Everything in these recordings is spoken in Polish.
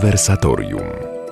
Konwersatorium.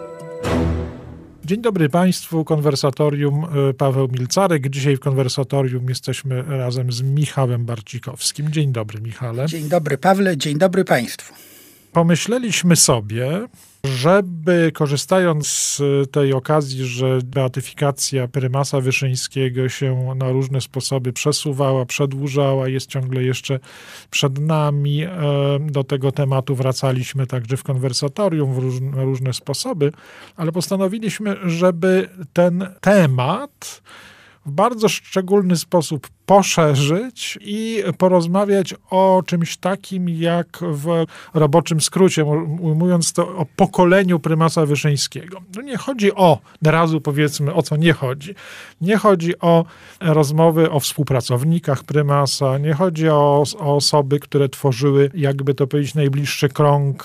Dzień dobry Państwu, Konwersatorium, Paweł Milcarek. Dzisiaj w Konwersatorium jesteśmy razem z Michałem Barcikowskim. Dzień dobry, Michale. Dzień dobry, Pawle, dzień dobry Państwu. Pomyśleliśmy sobie, żeby korzystając z tej okazji, że beatyfikacja prymasa Wyszyńskiego się na różne sposoby przesuwała, przedłużała, jest ciągle jeszcze przed nami, do tego tematu wracaliśmy także w Konwersatorium na różne sposoby, ale postanowiliśmy, żeby ten temat w bardzo szczególny sposób poszerzyć i porozmawiać o czymś takim jak w roboczym skrócie, ujmując to o pokoleniu prymasa Wyszyńskiego. No nie chodzi o, na razu powiedzmy, o co nie chodzi. Nie chodzi o rozmowy o współpracownikach prymasa, nie chodzi o osoby, które tworzyły, jakby to powiedzieć, najbliższy krąg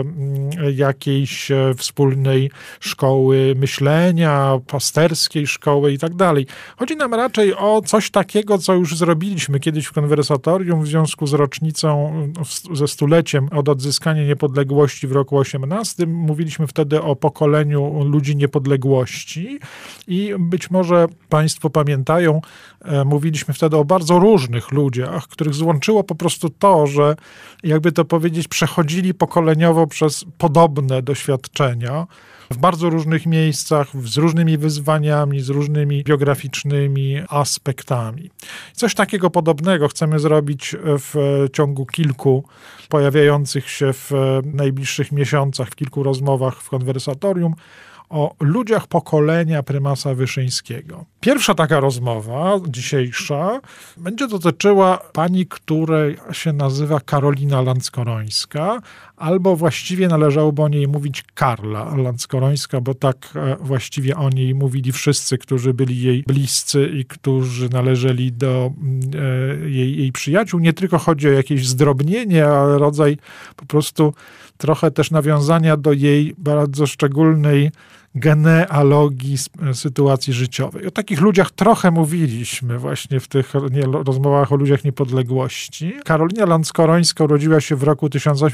jakiejś wspólnej szkoły myślenia, pasterskiej szkoły i tak dalej. Chodzi nam raczej o coś takiego, co już zrobiliśmy kiedyś w Konwersatorium w związku z rocznicą, ze stuleciem od odzyskania niepodległości w roku 18. Mówiliśmy wtedy o pokoleniu ludzi niepodległości i być może Państwo pamiętają, mówiliśmy wtedy o bardzo różnych ludziach, których złączyło po prostu to, że jakby to powiedzieć, przechodzili pokoleniowo przez podobne doświadczenia w bardzo różnych miejscach, z różnymi wyzwaniami, z różnymi biograficznymi aspektami. Coś takiego podobnego chcemy zrobić w ciągu kilku pojawiających się w najbliższych miesiącach, w kilku rozmowach w Konwersatorium o ludziach pokolenia prymasa Wyszyńskiego. Pierwsza taka rozmowa, dzisiejsza, będzie dotyczyła pani, której się nazywa Karolina Lanckorońska, albo właściwie należałoby o niej mówić Karla Lanckorońska, bo tak właściwie o niej mówili wszyscy, którzy byli jej bliscy i którzy należeli do jej przyjaciół. Nie tylko chodzi o jakieś zdrobnienie, ale rodzaj po prostu trochę też nawiązania do jej bardzo szczególnej genealogii sytuacji życiowej. O takich ludziach trochę mówiliśmy właśnie w tych rozmowach o ludziach niepodległości. Karolina Lanckorońska urodziła się w roku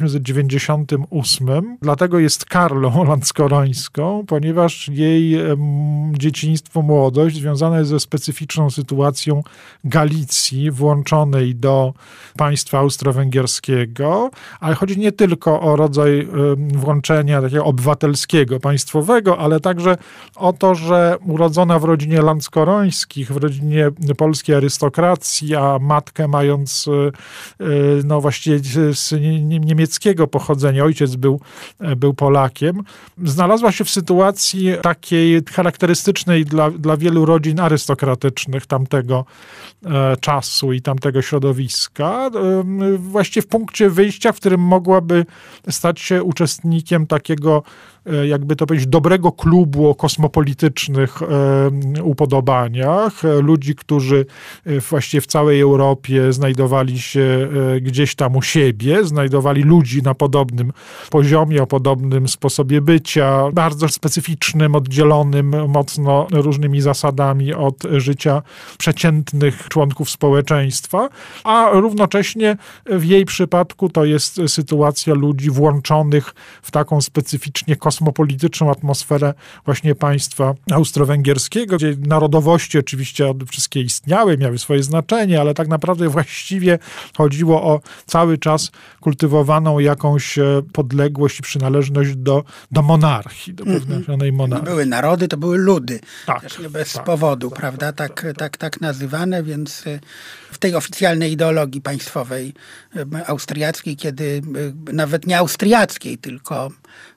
1898, dlatego jest Karlą Lanckorońską, ponieważ jej dzieciństwo, młodość związane jest ze specyficzną sytuacją Galicji włączonej do państwa austro-węgierskiego, ale chodzi nie tylko o rodzaj włączenia takiego obywatelskiego, państwowego, ale także o to, że urodzona w rodzinie Lanckorońskich, w rodzinie polskiej arystokracji, a matkę mając no właściwie z niemieckiego pochodzenia, ojciec był Polakiem, znalazła się w sytuacji takiej charakterystycznej dla wielu rodzin arystokratycznych tamtego czasu i tamtego środowiska, właściwie w punkcie wyjścia, w którym mogłaby stać się uczestnikiem takiego, jakby to powiedzieć, dobrego klubu o kosmopolitycznych upodobaniach. Ludzi, którzy właściwie w całej Europie znajdowali się gdzieś tam u siebie, znajdowali ludzi na podobnym poziomie, o podobnym sposobie bycia, bardzo specyficznym, oddzielonym mocno różnymi zasadami od życia przeciętnych członków społeczeństwa, a równocześnie w jej przypadku to jest sytuacja ludzi włączonych w taką specyficznie kosmopolityczną atmosferę właśnie państwa austro-węgierskiego, gdzie narodowości oczywiście wszystkie istniały, miały swoje znaczenie, ale tak naprawdę właściwie chodziło o cały czas kultywowaną jakąś podległość i przynależność do monarchii, do pewnej monarchii. To były narody, to były ludy. Tak, też nie bez powodu, prawda? Tak nazywane, więc w tej oficjalnej ideologii państwowej austriackiej, kiedy nawet nie austriackiej, tylko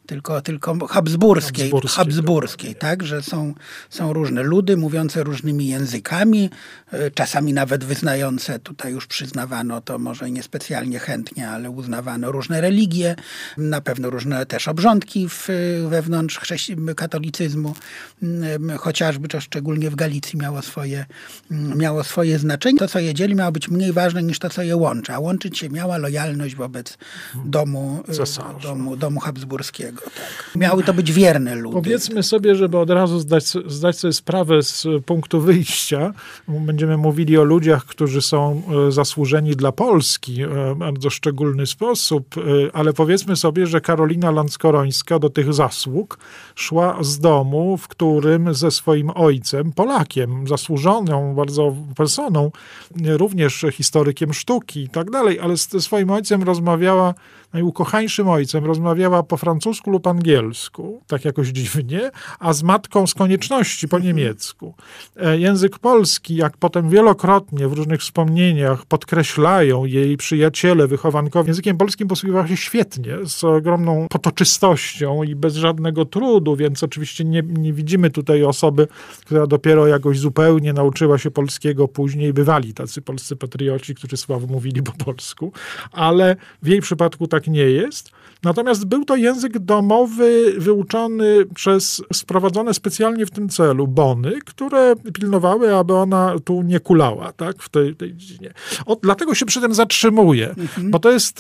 habsburskiej, tak, że są różne ludy mówiące różnymi językami, czasami nawet wyznające, tutaj już przyznawano to może niespecjalnie chętnie, ale uznawano różne religie, na pewno różne też obrządki wewnątrz katolicyzmu, chociażby to szczególnie w Galicji miało swoje znaczenie. To, co je dzieli, miało być mniej ważne niż to, co je łączy, a łączyć się miała lojalność wobec domu habsburskiego. górskiego. Tak. Miały to być wierne ludy. Powiedzmy sobie, żeby od razu zdać sobie sprawę z punktu wyjścia. Będziemy mówili o ludziach, którzy są zasłużeni dla Polski w bardzo szczególny sposób, ale powiedzmy sobie, że Karolina Lanskorońska do tych zasług szła z domu, w którym ze swoim ojcem, Polakiem, zasłużoną bardzo personą, również historykiem sztuki i tak dalej, ale ze swoim ojcem rozmawiała, najukochańszym ojcem, rozmawiała po francusku lub angielsku, tak jakoś dziwnie, a z matką z konieczności po niemiecku. Język polski, jak potem wielokrotnie w różnych wspomnieniach podkreślają jej przyjaciele, wychowankowie, językiem polskim posługiwała się świetnie, z ogromną potoczystością i bez żadnego trudu, więc oczywiście nie widzimy tutaj osoby, która dopiero jakoś zupełnie nauczyła się polskiego później. Bywali tacy polscy patrioci, którzy słabo mówili po polsku, ale w jej przypadku tak nie jest. Natomiast był to język domowy wyuczony przez sprowadzone specjalnie w tym celu bony, które pilnowały, aby ona tu nie kulała, tak, w tej dziedzinie. Dlatego się przy tym zatrzymuję, bo to jest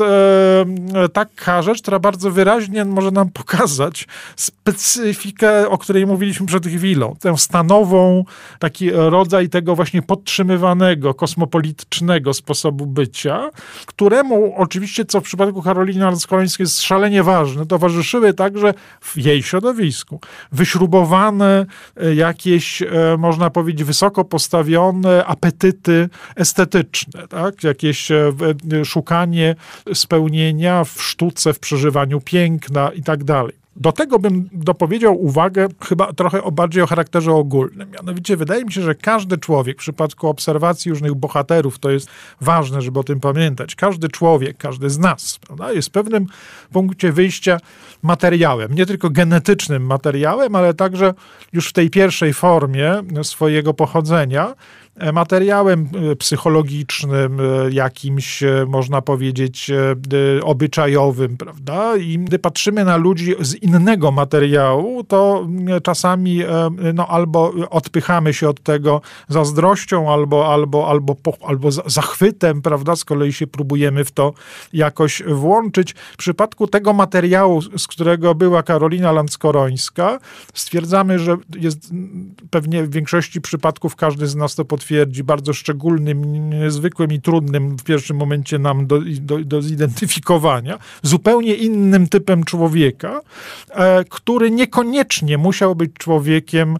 taka rzecz, która bardzo wyraźnie może nam pokazać specyfikę, o której mówiliśmy przed chwilą. Tę stanową, taki rodzaj tego właśnie podtrzymywanego, kosmopolitycznego sposobu bycia, któremu oczywiście, co w przypadku Karoliny Lanskorońskiej jest szalenie ważne, towarzyszyły także w jej środowisku wyśrubowane jakieś, można powiedzieć, wysoko postawione apetyty estetyczne, tak? Jakieś szukanie spełnienia w sztuce, w przeżywaniu piękna i tak dalej. Do tego bym dopowiedział uwagę chyba trochę bardziej o charakterze ogólnym. Mianowicie wydaje mi się, że każdy człowiek w przypadku obserwacji różnych bohaterów, to jest ważne, żeby o tym pamiętać, każdy człowiek, każdy z nas, prawda, jest w pewnym punkcie wyjścia materiałem, nie tylko genetycznym materiałem, ale także już w tej pierwszej formie swojego pochodzenia, materiałem psychologicznym, jakimś, można powiedzieć, obyczajowym, prawda? I gdy patrzymy na ludzi z innego materiału, to czasami albo odpychamy się od tego zazdrością, albo zachwytem, prawda? Z kolei się próbujemy w to jakoś włączyć. W przypadku tego materiału, z którego była Karolina Lanskorońska, stwierdzamy, że jest pewnie w większości przypadków, każdy z nas to potwierdzi, bardzo szczególnym, niezwykłym i trudnym w pierwszym momencie nam do zidentyfikowania, zupełnie innym typem człowieka, który niekoniecznie musiał być człowiekiem,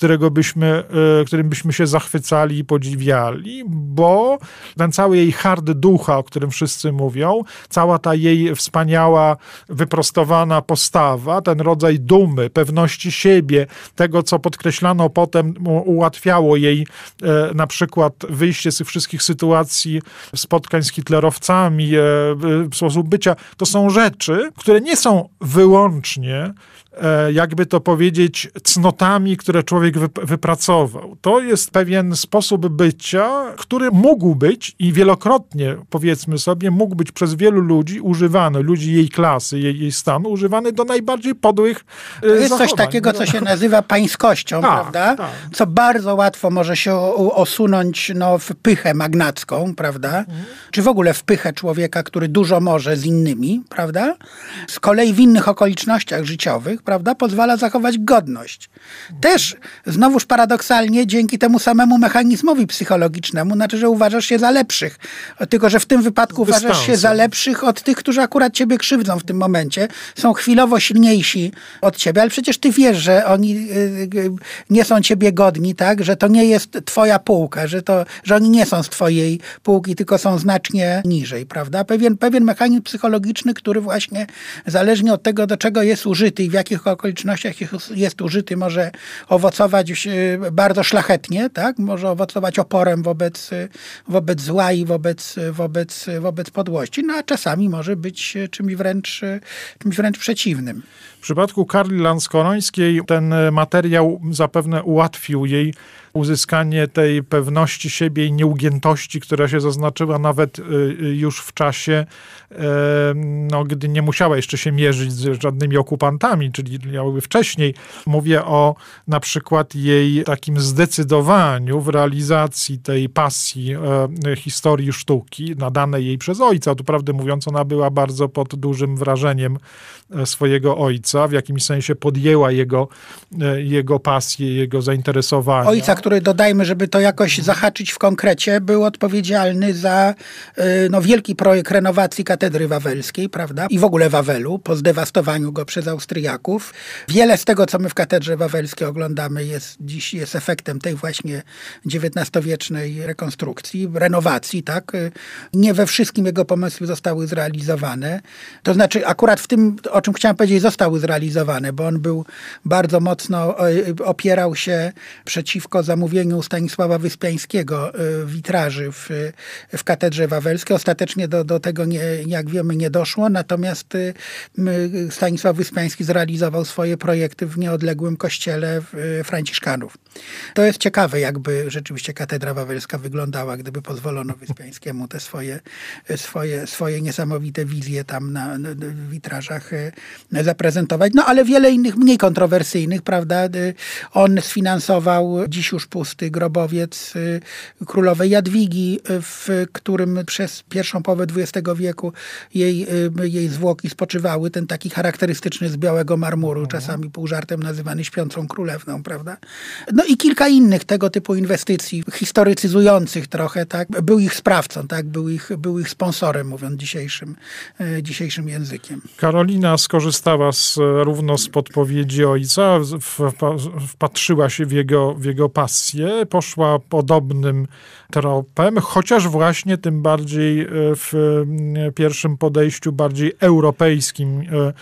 którym byśmy się zachwycali i podziwiali, bo ten cały jej hard ducha, o którym wszyscy mówią, cała ta jej wspaniała, wyprostowana postawa, ten rodzaj dumy, pewności siebie, tego, co podkreślano potem, ułatwiało jej na przykład wyjście z tych wszystkich sytuacji, spotkań z hitlerowcami, sposób bycia, to są rzeczy, które nie są wyłącznie, jakby to powiedzieć, cnotami, które człowiek wypracował. To jest pewien sposób bycia, który mógł być i wielokrotnie, powiedzmy sobie, mógł być przez wielu ludzi używany, ludzi jej klasy, jej stanu, używany do najbardziej podłych To jest zachowań. coś takiego, co się nazywa pańskością, prawda? Tak. Co bardzo łatwo może się osunąć w pychę magnacką, prawda? Czy w ogóle w pychę człowieka, który dużo może z innymi, prawda? Z kolei w innych okolicznościach życiowych, prawda, pozwala zachować godność. Też, znowuż paradoksalnie, dzięki temu samemu mechanizmowi psychologicznemu, znaczy, że uważasz się za lepszych. Tylko, że w tym wypadku uważasz się za lepszych od tych, którzy akurat ciebie krzywdzą w tym momencie. Są chwilowo silniejsi od ciebie, ale przecież ty wiesz, że oni nie są ciebie godni, tak? Że to nie jest twoja półka, że oni nie są z twojej półki, tylko są znacznie niżej, prawda? Pewien mechanizm psychologiczny, który właśnie zależnie od tego, do czego jest użyty i w jakich okolicznościach jest użyty, może owocować bardzo szlachetnie, tak? Może owocować oporem wobec zła i wobec podłości, no a czasami może być czymś wręcz przeciwnym. W przypadku Karli Lanskorońskiej ten materiał zapewne ułatwił jej uzyskanie tej pewności siebie i nieugiętości, która się zaznaczyła nawet już w czasie, gdy nie musiała jeszcze się mierzyć z żadnymi okupantami, czyli jakby wcześniej. Mówię o na przykład jej takim zdecydowaniu w realizacji tej pasji historii sztuki, nadanej jej przez ojca. Tu prawdę mówiąc, ona była bardzo pod dużym wrażeniem swojego ojca, w jakimś sensie podjęła jego pasję, jego zainteresowania. Ojca, który, dodajmy, żeby to jakoś zahaczyć w konkrecie, był odpowiedzialny za wielki projekt renowacji katedry wawelskiej, prawda? I w ogóle Wawelu, po zdewastowaniu go przez Austriaków. Wiele z tego, co my w katedrze wawelskiej oglądamy, dziś jest efektem tej właśnie XIX-wiecznej rekonstrukcji, renowacji, tak? Nie we wszystkim jego pomysły zostały zrealizowane. To znaczy, akurat w tym, o czym chciałem powiedzieć, zostały zrealizowane, bo on był bardzo mocno, opierał się przeciwko zamówieniu Stanisława Wyspiańskiego witraży w katedrze wawelskiej. Ostatecznie do tego, jak wiemy, nie doszło, natomiast Stanisław Wyspiański zrealizował swoje projekty w nieodległym kościele franciszkanów. To jest ciekawe, jakby rzeczywiście katedra wawelska wyglądała, gdyby pozwolono Wyspiańskiemu te swoje niesamowite wizje tam na witrażach zaprezentować. No ale wiele innych, mniej kontrowersyjnych, prawda? On sfinansował dziś już pusty grobowiec królowej Jadwigi, w którym przez pierwszą połowę XX wieku jej zwłoki spoczywały. Ten taki charakterystyczny z białego marmuru, czasami pół żartem nazywany śpiącą królewną, prawda? No i kilka innych tego typu inwestycji, historycyzujących trochę, tak? Był ich sprawcą, tak? Był ich sponsorem, mówiąc dzisiejszym językiem. Karolina skorzystała równo z podpowiedzi ojca, wpatrzyła się w jego pasję, poszła podobnym tropem, chociaż właśnie tym bardziej w pierwszym podejściu bardziej europejskim,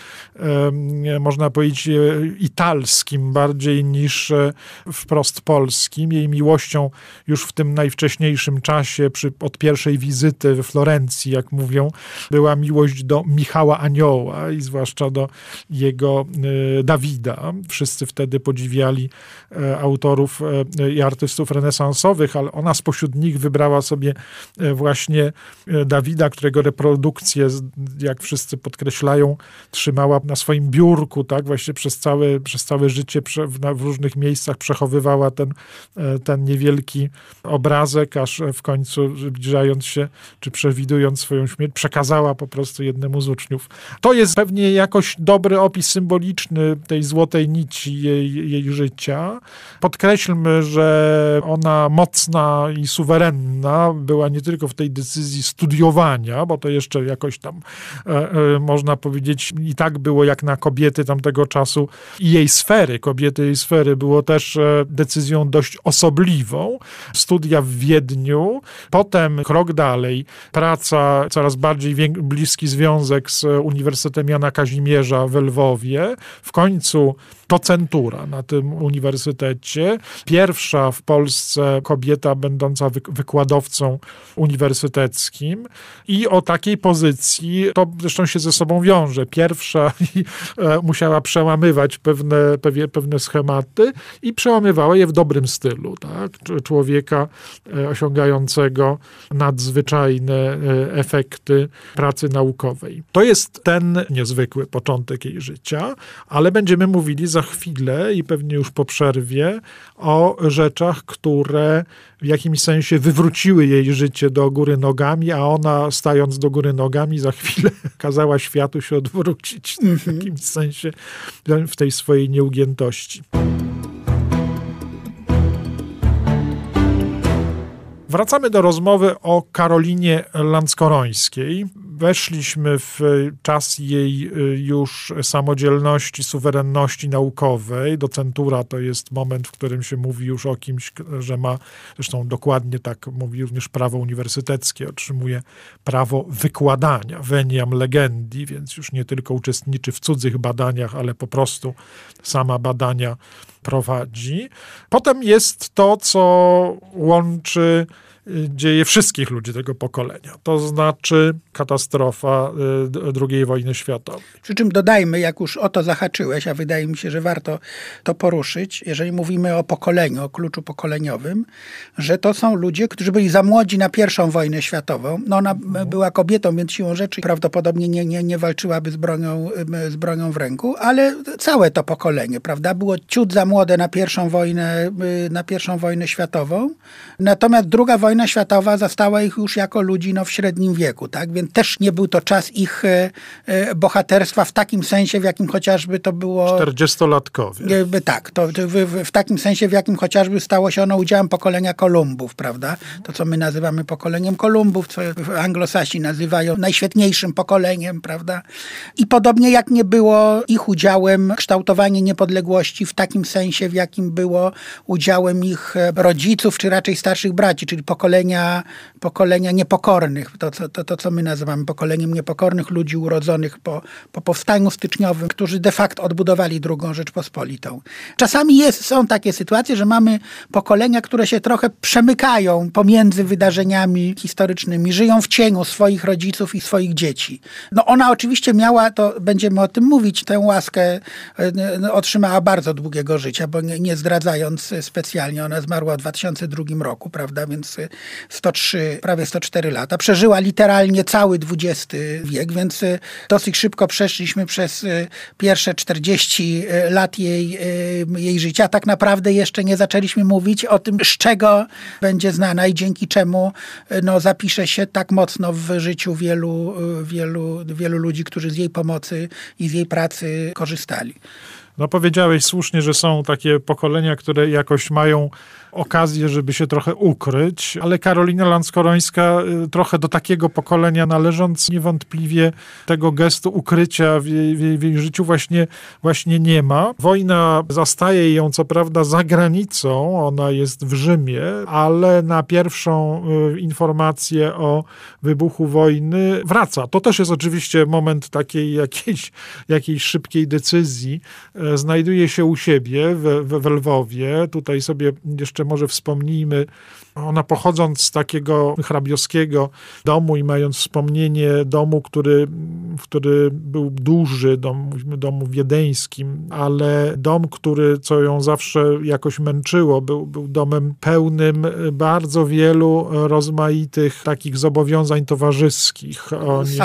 można powiedzieć italskim, bardziej niż wprost polskim. Jej miłością już w tym najwcześniejszym czasie, od pierwszej wizyty we Florencji, jak mówią, była miłość do Michała Anioła i zwłaszcza do jego Dawida. Wszyscy wtedy podziwiali autorów i artystów renesansowych, ale ona spośród nich wybrała sobie właśnie Dawida, którego reprodukcję, jak wszyscy podkreślają, trzymała na swoim biurku, tak, właśnie przez całe życie w różnych miejscach przechowywała ten niewielki obrazek, aż w końcu zbliżając się, czy przewidując swoją śmierć, przekazała po prostu jednemu z uczniów. To jest pewnie jakoś dobry opis symboliczny tej złotej nici jej życia. Podkreślmy, że ona mocna i suwerenna była nie tylko w tej decyzji studiowania, bo to jeszcze jakoś tam można powiedzieć i tak było jak na kobiety tamtego czasu i jej sfery, kobiety jej sfery było też decyzją dość osobliwą. Studia w Wiedniu, potem krok dalej, praca, coraz bardziej bliski związek z Uniwersytetem Jana Kazimierza w Lwowie, w końcu docentura na tym uniwersytecie. Pierwsza w Polsce kobieta będąca wykładowcą uniwersyteckim i o takiej pozycji, to zresztą się ze sobą wiąże. Pierwsza musiała przełamywać pewne schematy i przełamywała je w dobrym stylu. Tak? Człowieka osiągającego nadzwyczajne efekty pracy naukowej. To jest ten niezwykły początek jej życia, ale będziemy mówili za chwilę i pewnie już po przerwie o rzeczach, które w jakimś sensie wywróciły jej życie do góry nogami, a ona stając do góry nogami za chwilę kazała światu się odwrócić w jakimś sensie w tej swojej nieugiętości. Wracamy do rozmowy o Karolinie Lanckorońskiej. Weszliśmy w czas jej już samodzielności, suwerenności naukowej. Docentura to jest moment, w którym się mówi już o kimś, że ma, zresztą dokładnie tak mówi również prawo uniwersyteckie, otrzymuje prawo wykładania, veniam legendi, więc już nie tylko uczestniczy w cudzych badaniach, ale po prostu sama badania prowadzi. Potem jest to, co łączy dzieje wszystkich ludzi tego pokolenia. To znaczy katastrofa II wojny światowej. Przy czym dodajmy, jak już o to zahaczyłeś, a wydaje mi się, że warto to poruszyć, jeżeli mówimy o pokoleniu, o kluczu pokoleniowym, że to są ludzie, którzy byli za młodzi na I wojnę światową. No ona była kobietą, więc siłą rzeczy prawdopodobnie nie walczyłaby z bronią w ręku, ale całe to pokolenie, prawda, było ciut za młode na I wojnę światową. Natomiast II wojna światowa zastała ich już jako ludzi w średnim wieku, tak? Więc też nie był to czas ich bohaterstwa w takim sensie, w jakim chociażby to było... 40-latkowie. Tak, to w takim sensie, w jakim chociażby stało się ono udziałem pokolenia Kolumbów, prawda? To, co my nazywamy pokoleniem Kolumbów, co Anglosasi nazywają najświetniejszym pokoleniem, prawda? I podobnie jak nie było ich udziałem kształtowanie niepodległości w takim sensie, w jakim było udziałem ich rodziców, czy raczej starszych braci, czyli pokolenia niepokornych. To, co my nazywamy pokoleniem niepokornych ludzi urodzonych po powstaniu styczniowym, którzy de facto odbudowali II Rzeczpospolitą. Czasami są takie sytuacje, że mamy pokolenia, które się trochę przemykają pomiędzy wydarzeniami historycznymi, żyją w cieniu swoich rodziców i swoich dzieci. No ona oczywiście miała, to będziemy o tym mówić, tę łaskę otrzymała bardzo długiego życia, bo nie zdradzając specjalnie, ona zmarła w 2002 roku, prawda, więc 103, prawie 104 lata. Przeżyła literalnie cały XX wiek, więc dosyć szybko przeszliśmy przez pierwsze 40 lat jej życia. Tak naprawdę jeszcze nie zaczęliśmy mówić o tym, z czego będzie znana i dzięki czemu zapisze się tak mocno w życiu wielu ludzi, którzy z jej pomocy i z jej pracy korzystali. No powiedziałeś słusznie, że są takie pokolenia, które jakoś mają okazję, żeby się trochę ukryć, ale Karolina Lanskorońska trochę do takiego pokolenia należąc, niewątpliwie tego gestu ukrycia w jej życiu właśnie nie ma. Wojna zastaje ją co prawda za granicą, ona jest w Rzymie, ale na pierwszą informację o wybuchu wojny wraca. To też jest oczywiście moment takiej jakiejś szybkiej decyzji. Znajduje się u siebie w Lwowie. Tutaj sobie jeszcze może wspomnijmy, ona pochodząc z takiego hrabiowskiego domu i mając wspomnienie domu, który był duży, domu wiedeńskim, ale dom, który, co ją zawsze jakoś męczyło, był domem pełnym bardzo wielu rozmaitych takich zobowiązań towarzyskich. Oni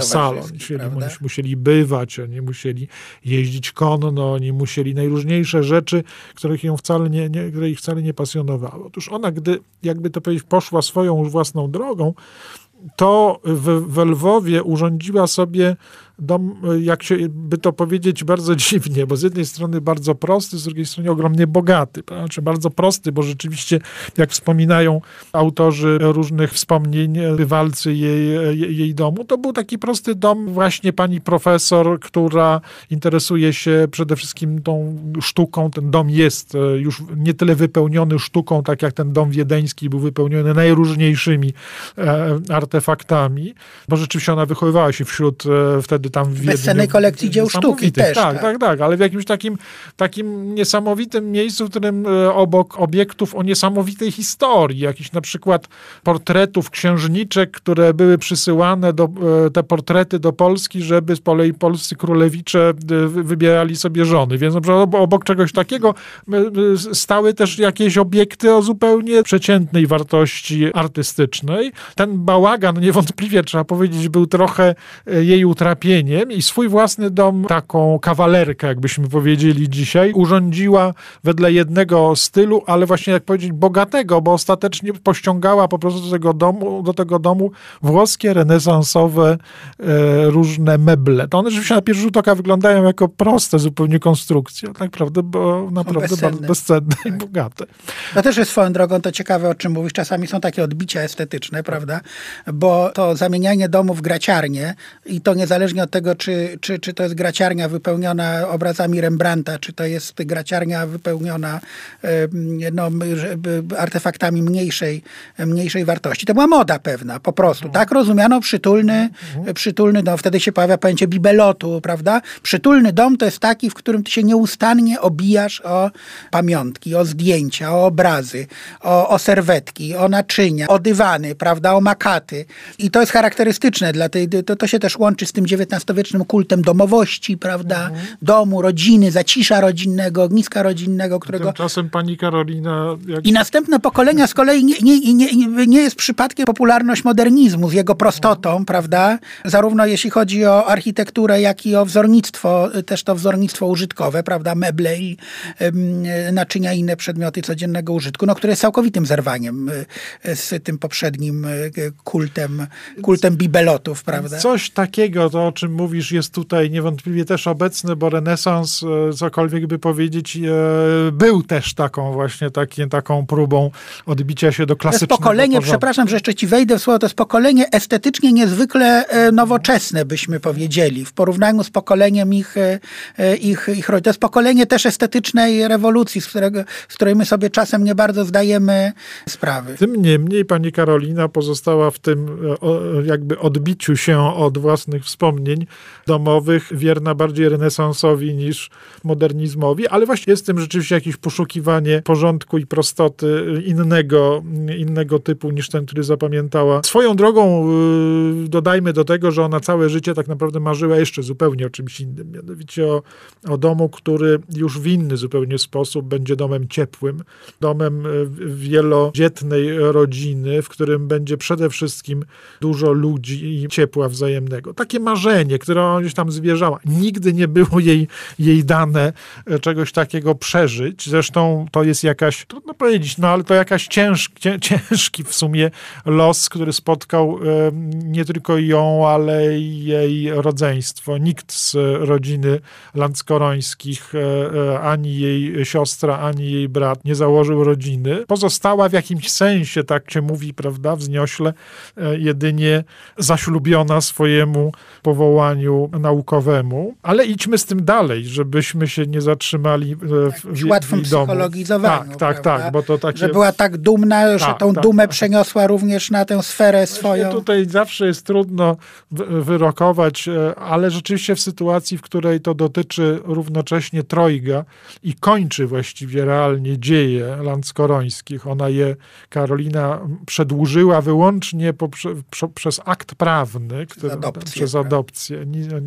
musieli bywać, oni musieli jeździć konno, oni musieli najróżniejsze rzeczy, które ich wcale nie pasjonowały. Otóż ona, gdy, jakby to powiedzieć, poszła swoją własną drogą, to w Lwowie urządziła sobie dom, jak się by to powiedzieć, bardzo dziwnie, bo z jednej strony bardzo prosty, z drugiej strony ogromnie bogaty. Znaczy bardzo prosty, bo rzeczywiście, jak wspominają autorzy różnych wspomnień, bywalcy jej domu, to był taki prosty dom właśnie pani profesor, która interesuje się przede wszystkim tą sztuką. Ten dom jest już nie tyle wypełniony sztuką, tak jak ten dom wiedeński był wypełniony najróżniejszymi artefaktami, bo rzeczywiście ona wychowywała się wśród wtedy tam w bezcennej kolekcji dzieł sztuki też. Tak, ale w jakimś takim niesamowitym miejscu, w którym obok obiektów o niesamowitej historii, jakichś na przykład portretów księżniczek, które były przysyłane, te portrety do Polski, żeby z kolei polscy królewicze wybierali sobie żony. Więc obok czegoś takiego stały też jakieś obiekty o zupełnie przeciętnej wartości artystycznej. Ten bałagan niewątpliwie, trzeba powiedzieć, był trochę jej utrapieniem i swój własny dom, taką kawalerkę, jakbyśmy powiedzieli dzisiaj, urządziła wedle jednego stylu, ale właśnie, jak powiedzieć, bogatego, bo ostatecznie pościągała po prostu do tego domu włoskie, renesansowe różne meble. To one rzeczywiście na pierwszy rzut oka wyglądają jako proste zupełnie konstrukcje, tak naprawdę, bo naprawdę bardzo bezcenne i bogate. To też jest swoją drogą, to ciekawe, o czym mówisz. Czasami są takie odbicia estetyczne, prawda? Bo to zamienianie domu w graciarnię i to niezależnie niezależnie od tego, czy to jest graciarnia wypełniona obrazami Rembrandta, czy to jest graciarnia wypełniona artefaktami mniejszej wartości. To była moda pewna, po prostu. Tak rozumiano przytulny, no wtedy się pojawia pojęcie bibelotu, prawda? Przytulny dom to jest taki, w którym ty się nieustannie obijasz o pamiątki, o zdjęcia, o obrazy, o serwetki, o naczynia, o dywany, prawda? O makaty. I to jest charakterystyczne dla to się też łączy z tym XIX-wiecznym kultem domowości, prawda? Domu, rodziny, zacisza rodzinnego, ogniska rodzinnego, którego... Tymczasem pani Karolina... I następne pokolenia z kolei nie jest przypadkiem popularność modernizmu z jego prostotą, prawda? Zarówno jeśli chodzi o architekturę, jak i o wzornictwo, też to wzornictwo użytkowe, prawda? Meble i naczynia i inne przedmioty codziennego użytku, które jest całkowitym zerwaniem z tym poprzednim kultem bibelotów, prawda? Coś takiego, to o czym mówisz, jest tutaj niewątpliwie też obecne, bo renesans, cokolwiek by powiedzieć, był też taką próbą odbicia się do klasycznego To jest pokolenie, porządku. przepraszam, że jeszcze ci wejdę w słowo, to jest pokolenie estetycznie niezwykle nowoczesne, byśmy powiedzieli, w porównaniu z pokoleniem ich rodzin. To jest pokolenie też estetycznej rewolucji, z której my sobie czasem nie bardzo zdajemy sprawy. Tym niemniej pani Karolina pozostała w tym jakby odbiciu się od własnych wspomnień domowych wierna bardziej renesansowi niż modernizmowi, ale właśnie jest w tym rzeczywiście jakieś poszukiwanie porządku i prostoty innego typu niż ten, który zapamiętała. Swoją drogą dodajmy do tego, że ona całe życie tak naprawdę marzyła jeszcze zupełnie o czymś innym, mianowicie o domu, który już w inny zupełnie sposób będzie domem ciepłym, domem wielodzietnej rodziny, w którym będzie przede wszystkim dużo ludzi i ciepła wzajemnego. Takie marzenie, które ona gdzieś tam zwierzała. Nigdy nie było jej dane czegoś takiego przeżyć. Zresztą to jest jakaś, trudno powiedzieć, ale to jakaś ciężki w sumie los, który spotkał nie tylko ją, ale i jej rodzeństwo. Nikt z rodziny Lanckorońskich, ani jej siostra, ani jej brat nie założył rodziny. Pozostała w jakimś sensie, tak się mówi, prawda, wzniośle, jedynie zaślubiona swojemu powołaniu naukowemu. Ale idźmy z tym dalej, żebyśmy się nie zatrzymali w łatwym psychologizowaniu. Tak, bo to takie... Że była tak dumna, że tą dumę przeniosła również na tę sferę swoją. Tutaj zawsze jest trudno wyrokować, ale rzeczywiście w sytuacji, w której to dotyczy równocześnie trojga i kończy właściwie realnie dzieje Lanckorońskich. Ona Karolina przedłużyła wyłącznie przez akt prawny, przez adopcję.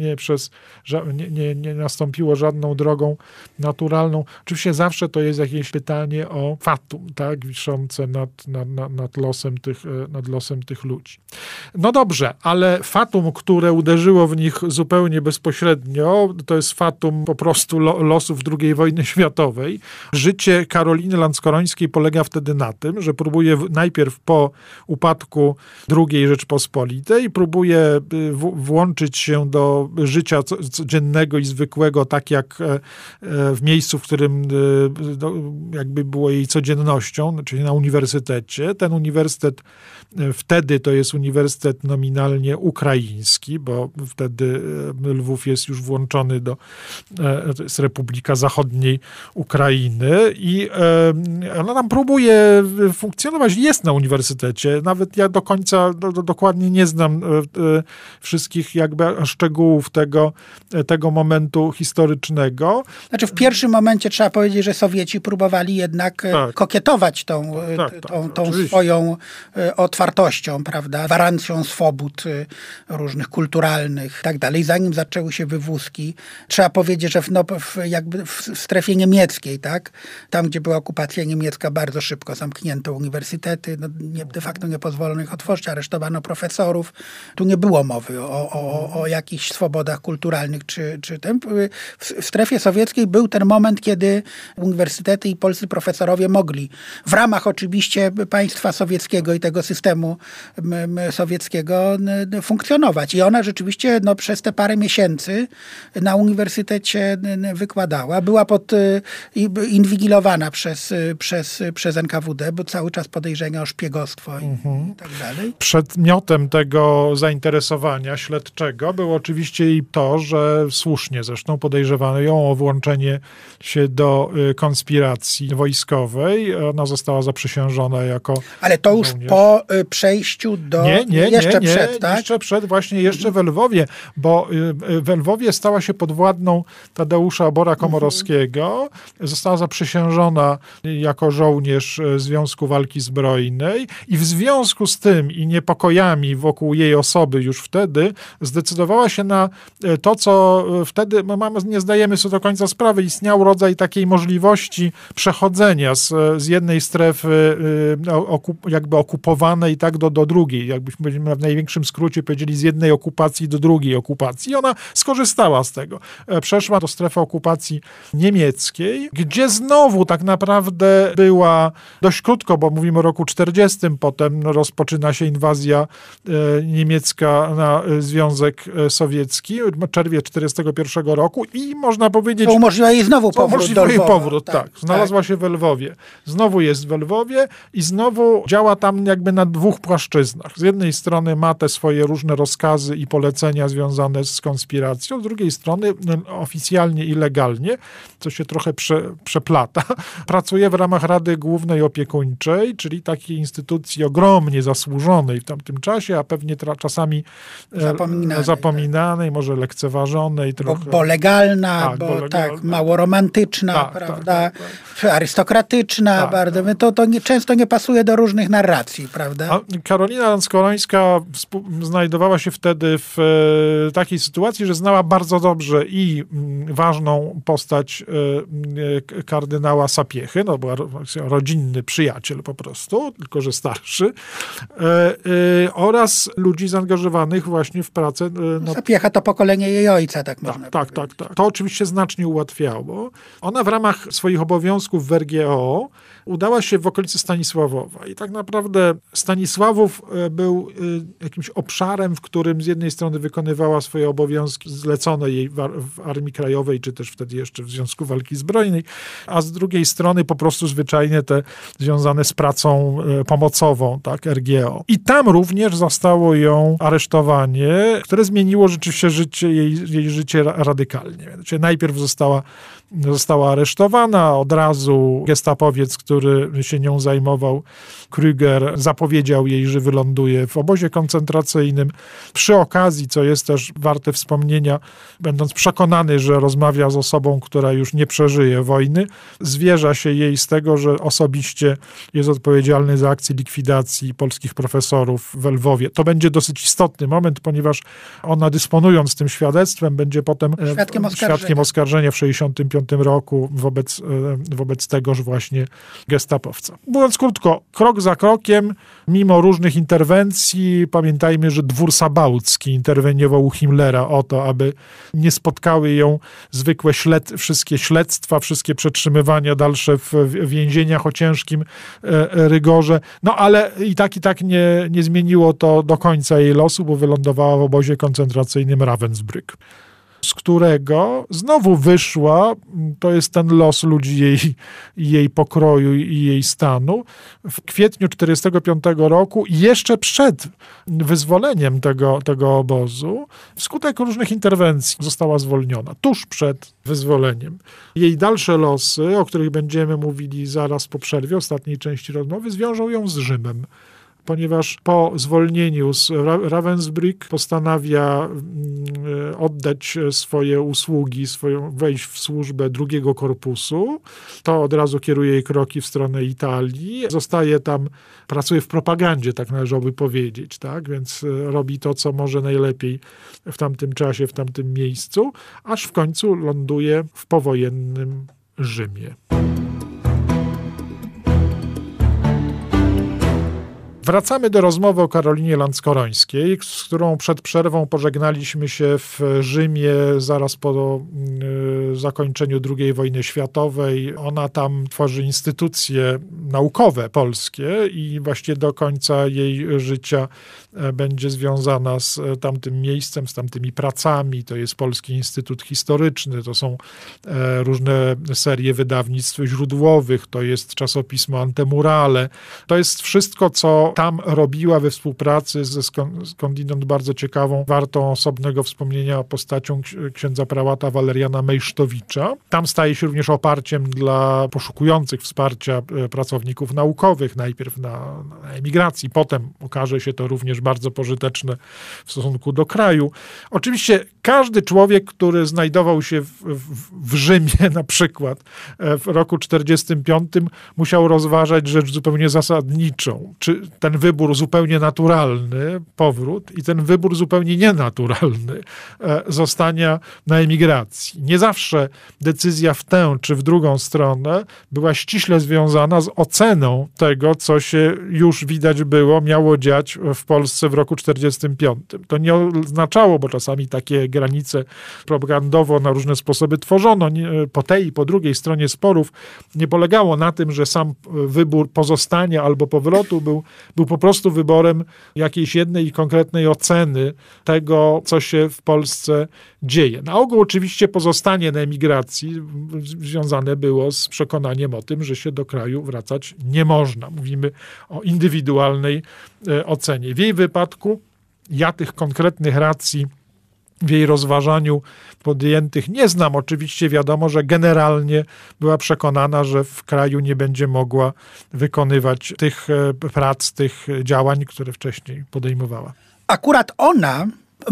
Nie nastąpiło żadną drogą naturalną. Oczywiście zawsze to jest jakieś pytanie o fatum, tak, wiszące nad losem tych ludzi. No dobrze, ale fatum, które uderzyło w nich zupełnie bezpośrednio, to jest fatum po prostu losów II wojny światowej. Życie Karoliny Lanckorońskiej polega wtedy na tym, że próbuje najpierw po upadku II Rzeczpospolitej, próbuje włączyć się do życia codziennego i zwykłego, tak jak w miejscu, w którym jakby było jej codziennością, czyli na uniwersytecie. Ten uniwersytet wtedy to jest uniwersytet nominalnie ukraiński, bo wtedy Lwów jest już włączony to jest Republika Zachodniej Ukrainy i ona tam próbuje funkcjonować, jest na uniwersytecie. Nawet ja do końca dokładnie nie znam wszystkich jakby szczegółów tego momentu historycznego. Znaczy w pierwszym momencie trzeba powiedzieć, że Sowieci próbowali jednak kokietować tą swoją otwartością, prawda, gwarancją swobód różnych kulturalnych i tak dalej. Zanim zaczęły się wywózki, trzeba powiedzieć, że w strefie niemieckiej, tak, tam gdzie była okupacja niemiecka, bardzo szybko zamknięto uniwersytety, de facto nie pozwolono ich otworzyć, aresztowano profesorów. Tu nie było mowy o jakichś swobodach kulturalnych czy tym. W strefie sowieckiej był ten moment, kiedy uniwersytety i polscy profesorowie mogli w ramach oczywiście państwa sowieckiego i tego systemu sowieckiego funkcjonować. I ona rzeczywiście przez te parę miesięcy na uniwersytecie wykładała. Była inwigilowana przez NKWD, bo cały czas podejrzenia o szpiegostwo i tak dalej. Przedmiotem tego zainteresowania śledczego tego było oczywiście i to, że słusznie zresztą podejrzewano ją o włączenie się do konspiracji wojskowej. Ona została zaprzysiężona jako Ale to już żołnierz. po przejściu do... Jeszcze przed, tak? Jeszcze w Lwowie, bo w Lwowie stała się podwładną Tadeusza Bora-Komorowskiego. Została zaprzysiężona jako żołnierz Związku Walki Zbrojnej i w związku z tym i niepokojami wokół jej osoby już wtedy zdecydowała się na to, co wtedy, nie zdajemy sobie do końca sprawy, istniał rodzaj takiej możliwości przechodzenia z jednej strefy jakby okupowanej tak do drugiej, jakbyśmy w największym skrócie powiedzieli, z jednej okupacji do drugiej okupacji. I ona skorzystała z tego. Przeszła do strefy okupacji niemieckiej, gdzie znowu tak naprawdę była dość krótko, bo mówimy o roku 40, potem rozpoczyna się inwazja niemiecka na Związek Sowiecki, czerwiec 41 roku i można powiedzieć... To umożliwia jej znowu powrót do Lwowa. Tak. Znalazła się w Lwowie. Znowu jest w Lwowie i znowu działa tam jakby na dwóch płaszczyznach. Z jednej strony ma te swoje różne rozkazy i polecenia związane z konspiracją, z drugiej strony oficjalnie i legalnie, co się trochę przeplata, pracuje w ramach Rady Głównej Opiekuńczej, czyli takiej instytucji ogromnie zasłużonej w tamtym czasie, a pewnie czasami zapominanej, może lekceważonej. Trochę. Bo legalna, mało romantyczna, prawda? Arystokratyczna, bardzo. To często nie pasuje do różnych narracji, prawda? A Karolina Lanskorońska znajdowała się wtedy w takiej sytuacji, że znała bardzo dobrze i ważną postać kardynała Sapiechy, no była rodzinny przyjaciel po prostu, tylko że starszy, oraz ludzi zaangażowanych właśnie w pracę. Sapiecha to pokolenie jej ojca, tak można powiedzieć. Tak. To oczywiście znacznie ułatwiało. Ona w ramach swoich obowiązków w RGO udała się w okolicy Stanisławowa i tak naprawdę Stanisławów był jakimś obszarem, w którym z jednej strony wykonywała swoje obowiązki zlecone jej w Armii Krajowej, czy też wtedy jeszcze w Związku Walki Zbrojnej, a z drugiej strony po prostu zwyczajnie te związane z pracą pomocową, tak, RGO. I tam również zastało ją aresztowanie, które zmieniło rzeczywiście jej życie radykalnie. Znaczy, najpierw została aresztowana, od razu gestapowiec, który się nią zajmował, Krüger, zapowiedział jej, że wyląduje w obozie koncentracyjnym. Przy okazji, co jest też warte wspomnienia, będąc przekonany, że rozmawia z osobą, która już nie przeżyje wojny, zwierza się jej z tego, że osobiście jest odpowiedzialny za akcję likwidacji polskich profesorów w Lwowie. To będzie dosyć istotny moment, ponieważ ona, dysponując tym świadectwem, będzie potem świadkiem oskarżenia w 1965 roku wobec tegoż właśnie gestapowca. Mówiąc krótko, krok za krokiem, mimo różnych interwencji, pamiętajmy, że dwór sabałcki interweniował u Himmlera o to, aby nie spotkały ją zwykłe wszystkie śledztwa, wszystkie przetrzymywania dalsze w więzieniach o ciężkim rygorze. No ale i tak nie zmieniło to do końca jej losu, bo wylądowała w obozie koncentracyjnym Ravensbrück, z którego znowu wyszła, to jest ten los ludzi jej pokroju i jej stanu, w kwietniu 1945 roku, jeszcze przed wyzwoleniem tego obozu, wskutek różnych interwencji została zwolniona, tuż przed wyzwoleniem. Jej dalsze losy, o których będziemy mówili zaraz po przerwie, ostatniej części rozmowy, zwiążą ją z Rzymem, ponieważ po zwolnieniu z Ravensbrück postanawia oddać swoje usługi, wejść w służbę drugiego korpusu. To od razu kieruje jej kroki w stronę Italii. Zostaje tam, pracuje w propagandzie, tak należałoby powiedzieć, tak? Więc robi to, co może najlepiej w tamtym czasie, w tamtym miejscu, aż w końcu ląduje w powojennym Rzymie. Wracamy do rozmowy o Karolinie Lanskorońskiej, z którą przed przerwą pożegnaliśmy się w Rzymie zaraz po zakończeniu II wojny światowej. Ona tam tworzy instytucje naukowe polskie i właściwie do końca jej życia będzie związana z tamtym miejscem, z tamtymi pracami. To jest Polski Instytut Historyczny, to są różne serie wydawnictw źródłowych, to jest czasopismo Antemurale. To jest wszystko, co tam robiła we współpracy ze skądinąd bardzo ciekawą, wartą osobnego wspomnienia postacią księdza prałata Waleriana Mejsztowicza. Tam staje się również oparciem dla poszukujących wsparcia pracowników naukowych, najpierw na emigracji, potem okaże się to również bardzo pożyteczne w stosunku do kraju. Oczywiście każdy człowiek, który znajdował się w Rzymie na przykład w roku 1945, musiał rozważać rzecz zupełnie zasadniczą. Czy ten wybór zupełnie naturalny, powrót, i ten wybór zupełnie nienaturalny, zostania na emigracji. Nie zawsze decyzja w tę czy w drugą stronę była ściśle związana z oceną tego, co się już widać było, miało dziać w Polsce w roku 1945. To nie oznaczało, bo czasami takie granice propagandowo na różne sposoby tworzono, po tej i po drugiej stronie sporów, nie polegało na tym, że sam wybór pozostania albo powrotu był po prostu wyborem jakiejś jednej konkretnej oceny tego, co się w Polsce dzieje. Na ogół oczywiście pozostanie na emigracji związane było z przekonaniem o tym, że się do kraju wracać nie można. Mówimy o indywidualnej ocenie. W jej wypadku ja tych konkretnych racji w jej rozważaniu podjętych nie znam. Oczywiście wiadomo, że generalnie była przekonana, że w kraju nie będzie mogła wykonywać tych prac, tych działań, które wcześniej podejmowała. Akurat ona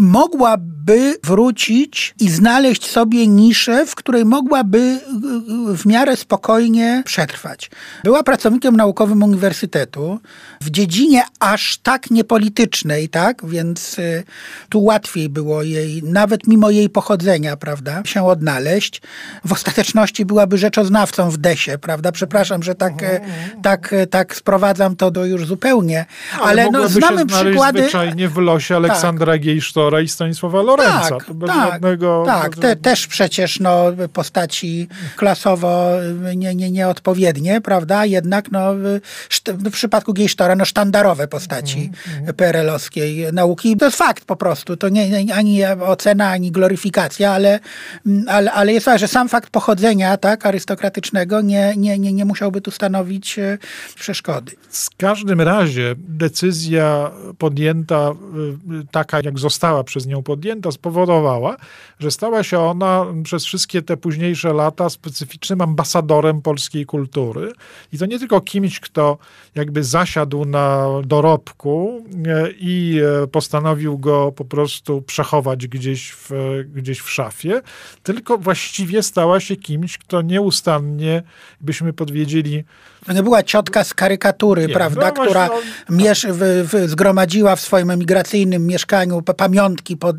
mogłaby wrócić i znaleźć sobie niszę, w której mogłaby w miarę spokojnie przetrwać. Była pracownikiem naukowym uniwersytetu w dziedzinie aż tak niepolitycznej, tak? Więc tu łatwiej było jej, nawet mimo jej pochodzenia, prawda, się odnaleźć. W ostateczności byłaby rzeczoznawcą w DES-ie, prawda? Przepraszam, że tak sprowadzam to do już zupełnie. Ale no, znamy się przykłady. Zwyczajnie w losie Aleksandra Gejsztora i Stanisława Lorenca. Też przecież postaci klasowo nieodpowiednie, prawda? Jednak w przypadku Gejsztora sztandarowe postaci PRL-owskiej nauki. To jest fakt po prostu. To nie ani ocena, ani gloryfikacja, ale jest tak, że sam fakt pochodzenia, tak, arystokratycznego nie musiałby tu stanowić przeszkody. W każdym razie decyzja podjęta, taka jak została przez nią podjęta, spowodowała, że stała się ona przez wszystkie te późniejsze lata specyficznym ambasadorem polskiej kultury. I to nie tylko kimś, kto jakby zasiadł na dorobku i postanowił go po prostu przechować gdzieś w szafie, tylko właściwie stała się kimś, kto nieustannie, byśmy powiedzieli... To nie była ciotka z karykatury, prawda, która zgromadziła w swoim emigracyjnym mieszkaniu pamiątki pod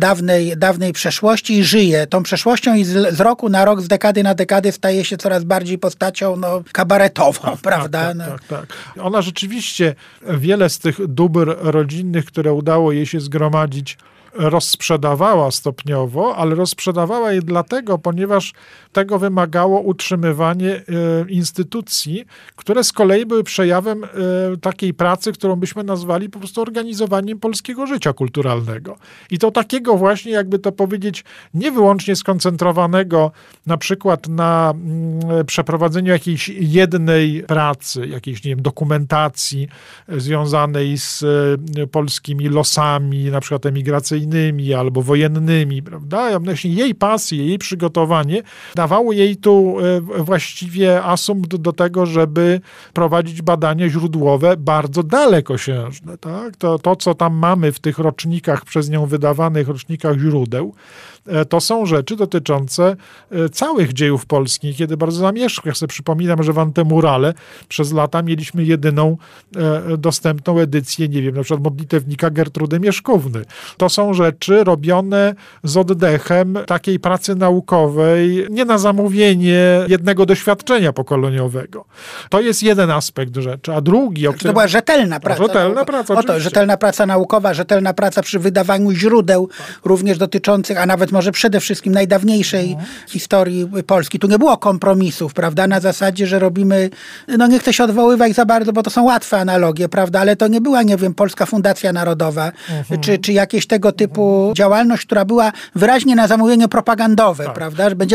dawnej przeszłości i żyje tą przeszłością i z roku na rok, z dekady na dekadę staje się coraz bardziej postacią kabaretową, prawda? Tak. Ona rzeczywiście wiele z tych dóbr rodzinnych, które udało jej się zgromadzić, rozsprzedawała stopniowo, ale rozsprzedawała je dlatego, ponieważ tego wymagało utrzymywanie instytucji, które z kolei były przejawem takiej pracy, którą byśmy nazwali po prostu organizowaniem polskiego życia kulturalnego. I to takiego właśnie, jakby to powiedzieć, nie wyłącznie skoncentrowanego na przykład na przeprowadzeniu jakiejś jednej pracy, jakiejś, nie wiem, dokumentacji związanej z polskimi losami, na przykład emigracyjnymi albo wojennymi, prawda? Właśnie jej pasje, jej przygotowanie dawało jej tu właściwie asumpt do tego, żeby prowadzić badania źródłowe bardzo dalekosiężne. Tak? To, co tam mamy w tych rocznikach przez nią wydawanych rocznikach źródeł, to są rzeczy dotyczące całych dziejów polskich, kiedy bardzo zamieszkłe. Ja sobie przypominam, że w Antemurale przez lata mieliśmy jedyną dostępną edycję, nie wiem, na przykład modlitewnika Gertrudy Mieszkówny. To są rzeczy robione z oddechem takiej pracy naukowej, nie na zamówienie jednego doświadczenia pokoleniowego. To jest jeden aspekt rzeczy, a drugi... To była rzetelna praca. Rzetelna praca naukowa, rzetelna praca przy wydawaniu źródeł, również dotyczących, a nawet może przede wszystkim najdawniejszej historii Polski. Tu nie było kompromisów, prawda, na zasadzie, że robimy, nie chcę się odwoływać za bardzo, bo to są łatwe analogie, prawda, ale to nie była, nie wiem, Polska Fundacja Narodowa, czy jakieś tego typu działalność, która była wyraźnie na zamówienie propagandowe, prawda, że będziemy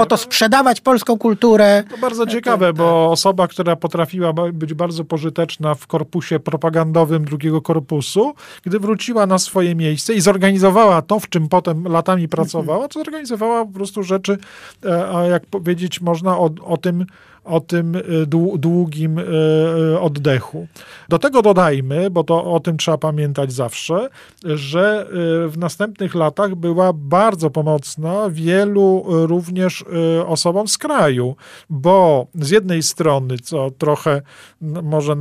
po to sprzedawać polską kulturę. To bardzo ciekawe, bo osoba, która potrafiła być bardzo pożyteczna w korpusie propagandowym drugiego korpusu, gdy wróciła na swoje miejsce i zorganizowała to, w czym potem latami pracowała, to zorganizowała po prostu rzeczy, jak powiedzieć można, o tym długim oddechu. Do tego dodajmy, bo to o tym trzeba pamiętać zawsze, że w następnych latach była bardzo pomocna wielu również osobom z kraju, bo z jednej strony, co trochę może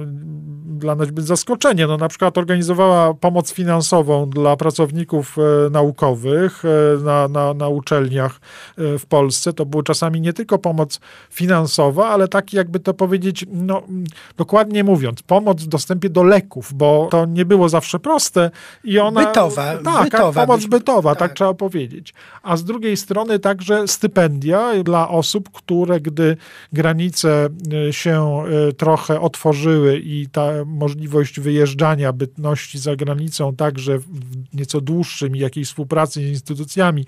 dla nas być zaskoczenie, no na przykład organizowała pomoc finansową dla pracowników naukowych na uczelniach w Polsce. To było czasami nie tylko pomoc finansowa, ale taki, jakby to powiedzieć, no dokładnie mówiąc, pomoc w dostępie do leków, bo to nie było zawsze proste i ona... Bytowa. Pomoc bytowa, tak trzeba powiedzieć. A z drugiej strony także stypendia dla osób, które gdy granice się trochę otworzyły i ta możliwość wyjeżdżania, bytności za granicą także w nieco dłuższym i jakiejś współpracy z instytucjami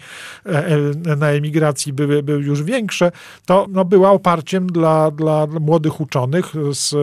na emigracji były już większe, to była oparciem dla młodych uczonych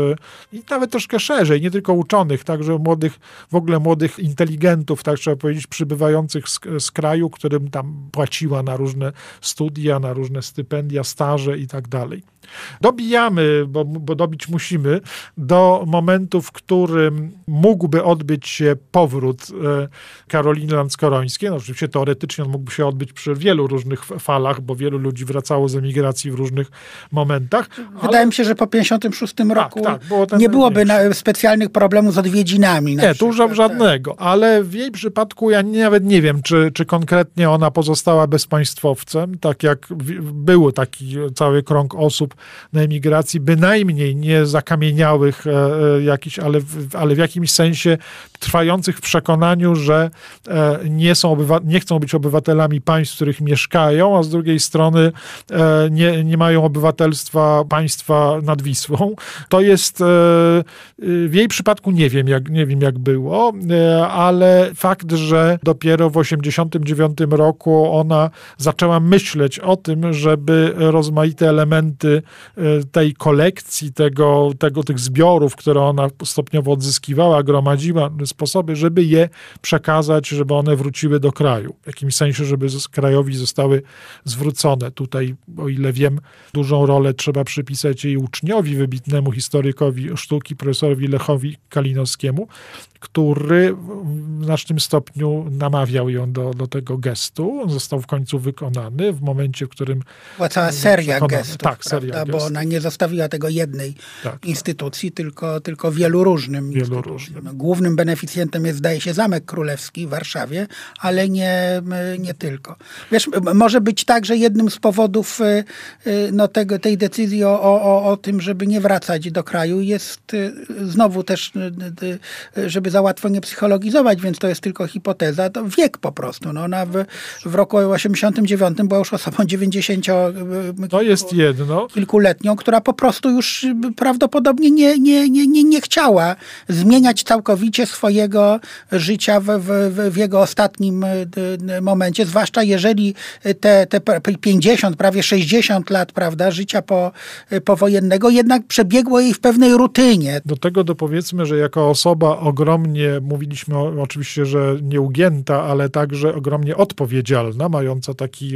i nawet troszkę szerzej, nie tylko uczonych, także w ogóle młodych inteligentów, tak trzeba powiedzieć, przybywających z kraju, którym tam płaciła na różne studia, na różne stypendia, staże i tak dalej. Dobijamy, bo dobić musimy, do momentu, w którym mógłby odbyć się powrót Karoliny Lanskorońskiej. No, oczywiście teoretycznie on mógłby się odbyć przy wielu różnych falach, bo wielu ludzi wracało z emigracji w różnych momentach. Wydaje mi się, że po 1956 roku nie byłoby specjalnych problemów z odwiedzinami. Nie, tu żadnego, ale w jej przypadku ja nawet nie wiem, czy konkretnie ona pozostała bezpaństwowcem, tak jak był taki cały krąg osób na emigracji, bynajmniej nie zakamieniałych jakichś, ale w jakimś sensie trwających w przekonaniu, że nie chcą być obywatelami państw, w których mieszkają, a z drugiej strony nie mają obywatelstwa państwa nad Wisłą. To jest w jej przypadku nie wiem jak było, ale fakt, że dopiero w 1989 roku ona zaczęła myśleć o tym, żeby rozmaite elementy tej kolekcji, tych zbiorów, które ona stopniowo odzyskiwała, gromadziła, sposoby, żeby je przekazać, żeby one wróciły do kraju. W jakimś sensie, żeby krajowi zostały zwrócone. Tutaj, o ile wiem, dużą rolę trzeba przypisać jej uczniowi, wybitnemu historykowi sztuki, profesorowi Lechowi Kalinowskiemu, który w znacznym stopniu namawiał ją do tego gestu. On został w końcu wykonany w momencie, w którym... Była cała seria gestów, tak, seria gestów. Bo ona nie zostawiła tego jednej instytucji, tylko wielu różnym. Głównym beneficjentem jest, zdaje się, Zamek Królewski w Warszawie, ale nie tylko. Wiesz, może być tak, że jednym z powodów tej decyzji o tym, żeby nie wracać do kraju jest znowu też, żeby za łatwo nie psychologizować, więc to jest tylko hipoteza, to wiek po prostu. No ona w roku 89 była już osobą 90 to jest jedno. Kilkuletnią, która po prostu już prawdopodobnie nie chciała zmieniać całkowicie swojego życia w jego ostatnim momencie, zwłaszcza jeżeli te 50, prawie 60 lat, prawda, życia powojennego jednak przebiegło jej w pewnej rutynie. Do tego dopowiedzmy, że jako osoba ogromnie, mówiliśmy oczywiście, że nieugięta, ale także ogromnie odpowiedzialna, mająca taki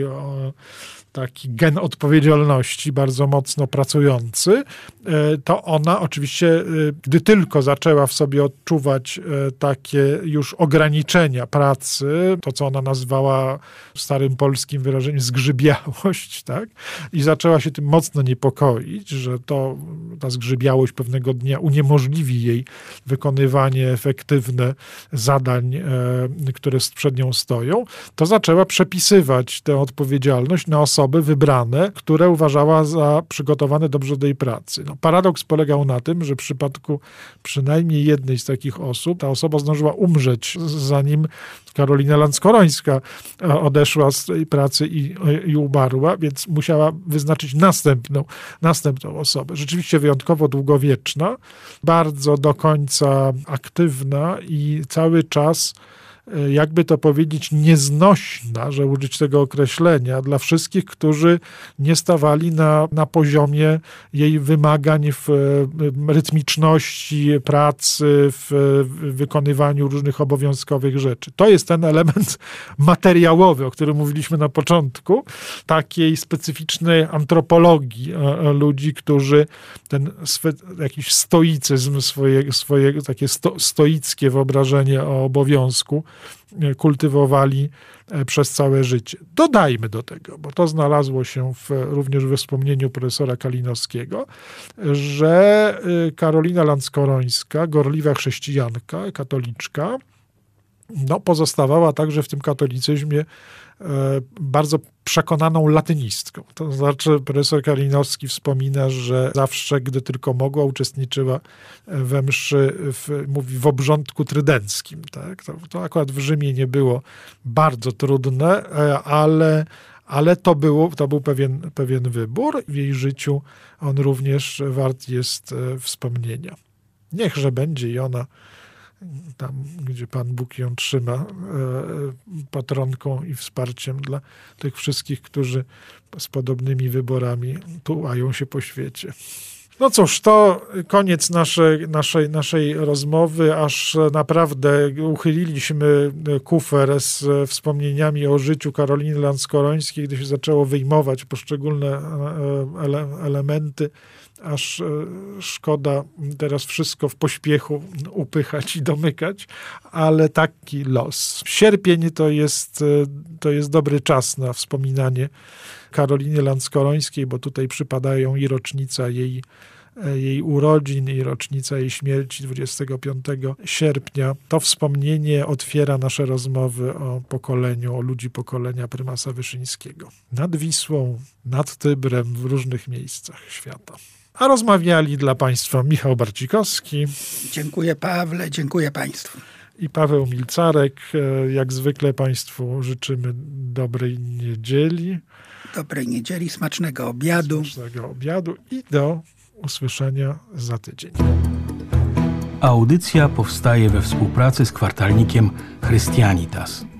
gen odpowiedzialności, bardzo mocno pracujący, to ona oczywiście, gdy tylko zaczęła w sobie odczuwać takie już ograniczenia pracy, to co ona nazwała w starym polskim wyrażeniem zgrzybiałość, tak? I zaczęła się tym mocno niepokoić, że ta zgrzybiałość pewnego dnia uniemożliwi jej wykonywanie efektywne zadań, które przed nią stoją, to zaczęła przepisywać tę odpowiedzialność na osoby wybrane, które uważała za przygotowane dobrze do jej pracy. Paradoks polegał na tym, że w przypadku przynajmniej jednej z takich osób ta osoba zdążyła umrzeć, zanim Karolina Lanskorońska odeszła z tej pracy i umarła, więc musiała wyznaczyć następną osobę. Rzeczywiście wyjątkowo długowieczna, bardzo do końca aktywna i cały czas jakby to powiedzieć, nieznośna, że użyć tego określenia, dla wszystkich, którzy nie stawali na poziomie jej wymagań w rytmiczności pracy, w wykonywaniu różnych obowiązkowych rzeczy. To jest ten element materiałowy, o którym mówiliśmy na początku, takiej specyficznej antropologii ludzi, którzy ten jakiś stoicyzm, swoje takie stoickie wyobrażenie o obowiązku kultywowali przez całe życie. Dodajmy do tego, bo to znalazło się również we wspomnieniu profesora Kalinowskiego, że Karolina Lanskorońska, gorliwa chrześcijanka, katoliczka, pozostawała także w tym katolicyzmie bardzo przekonaną latynistką. To znaczy profesor Kalinowski wspomina, że zawsze, gdy tylko mogła, uczestniczyła we mszy, mówi, w obrządku trydenckim. Tak? To akurat w Rzymie nie było bardzo trudne, ale to był pewien wybór. W jej życiu on również wart jest wspomnienia. Niechże będzie i ona tam, gdzie Pan Bóg ją trzyma, patronką i wsparciem dla tych wszystkich, którzy z podobnymi wyborami tułają się po świecie. No cóż, to koniec naszej rozmowy, aż naprawdę uchyliliśmy kufer z wspomnieniami o życiu Karoliny Lanskorońskiej, gdy się zaczęło wyjmować poszczególne elementy, aż szkoda teraz wszystko w pośpiechu upychać i domykać, ale taki los. Sierpień to jest dobry czas na wspominanie Karoliny Lanskorońskiej, bo tutaj przypadają i rocznica jej urodzin i rocznica jej śmierci 25 sierpnia. To wspomnienie otwiera nasze rozmowy o ludzi pokolenia prymasa Wyszyńskiego. Nad Wisłą, nad Tybrem, w różnych miejscach świata. A rozmawiali dla Państwa Michał Barcikowski. Dziękuję Pawle, dziękuję Państwu. I Paweł Milcarek. Jak zwykle Państwu życzymy dobrej niedzieli. Dobrej niedzieli, smacznego obiadu. I do usłyszenia za tydzień. Audycja powstaje we współpracy z kwartalnikiem Christianitas.